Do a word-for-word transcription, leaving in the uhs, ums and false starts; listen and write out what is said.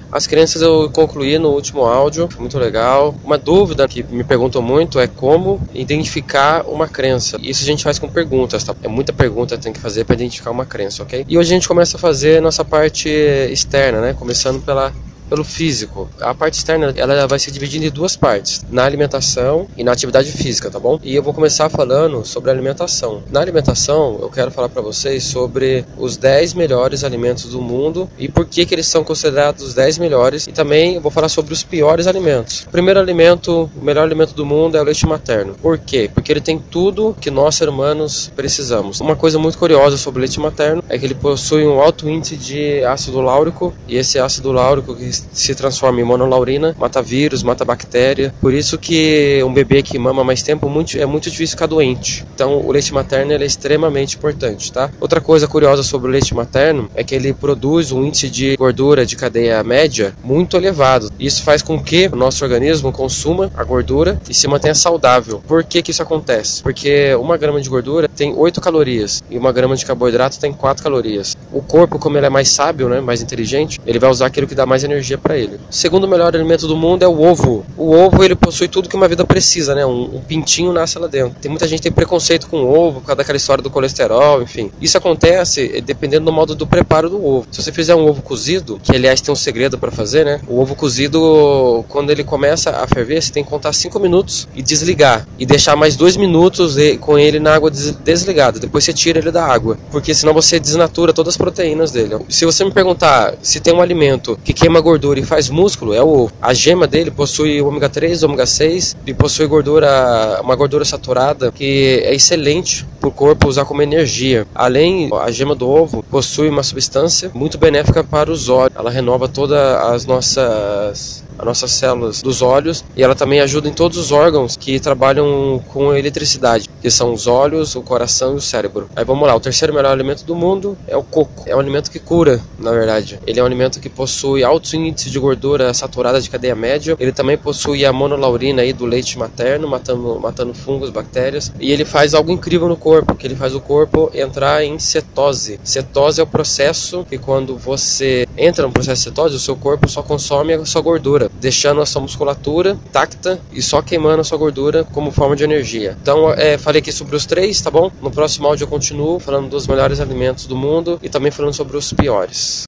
As crenças eu concluí no último áudio, foi muito legal. Uma dúvida que me perguntam muito é como identificar uma crença. Isso a gente faz com perguntas, tá? É muita pergunta que tem que fazer para identificar uma crença, ok? E hoje a gente começa a fazer nossa parte externa, né? Começando pela pelo físico. A parte externa, ela vai se dividir em duas partes, na alimentação e na atividade física, tá bom? E eu vou começar falando sobre a alimentação. Na alimentação, eu quero falar para vocês sobre os dez melhores alimentos do mundo e por que que eles são considerados os dez melhores, e também eu vou falar sobre os piores alimentos. O primeiro alimento, o melhor alimento do mundo é o leite materno. Por quê? Porque ele tem tudo que nós, seres humanos, precisamos. Uma coisa muito curiosa sobre o leite materno é que ele possui um alto índice de ácido láurico, e esse ácido láurico que se transforma em monolaurina, mata vírus, mata bactéria. Por isso que um bebê que mama mais tempo muito, é muito difícil ficar doente. Então o leite materno ele é extremamente importante, tá? Outra coisa curiosa sobre o leite materno é que ele produz um índice de gordura de cadeia média muito elevado. Isso faz com que o nosso organismo consuma a gordura e se mantenha saudável. Por que que isso acontece? Porque uma grama de gordura tem oito calorias e uma grama de carboidrato tem quatro calorias. O corpo, como ele é mais sábio, né, mais inteligente, ele vai usar aquilo que dá mais energia para ele. O segundo melhor alimento do mundo é o ovo. O ovo ele possui tudo que uma vida precisa, né? Um, um pintinho nasce lá dentro. Tem muita gente que tem preconceito com o ovo por causa daquela história do colesterol, enfim. Isso acontece dependendo do modo do preparo do ovo. Se você fizer um ovo cozido, que aliás tem um segredo para fazer, né? O ovo cozido, quando ele começa a ferver, você tem que contar cinco minutos e desligar e deixar mais dois minutos com ele na água desligada. Depois você tira ele da água, porque senão você desnatura todas as proteínas dele. Se você me perguntar se tem um alimento que queima gordura e faz músculo, é o ovo. A gema dele possui ômega três, ômega seis e possui gordura, uma gordura saturada que é excelente para o corpo usar como energia. Além, a gema do ovo possui uma substância muito benéfica para os olhos. Ela renova todas as nossas as nossas células dos olhos, e ela também ajuda em todos os órgãos que trabalham com eletricidade, que são os olhos, o coração e o cérebro. Aí vamos lá, o terceiro melhor alimento do mundo é o coco. É um alimento que cura, na verdade. Ele é um alimento que possui alto índice de gordura saturada de cadeia média. Ele também possui a monolaurina aí do leite materno, matando, matando fungos, bactérias. E ele faz algo incrível no corpo, que ele faz o corpo entrar em cetose. Cetose é o processo que quando você entra no processo de cetose, o seu corpo só consome a sua gordura, deixando a sua musculatura intacta e só queimando a sua gordura como forma de energia. Então, é, falei aqui sobre os três, tá bom? No próximo áudio eu continuo falando dos melhores alimentos do mundo e também falando sobre os piores.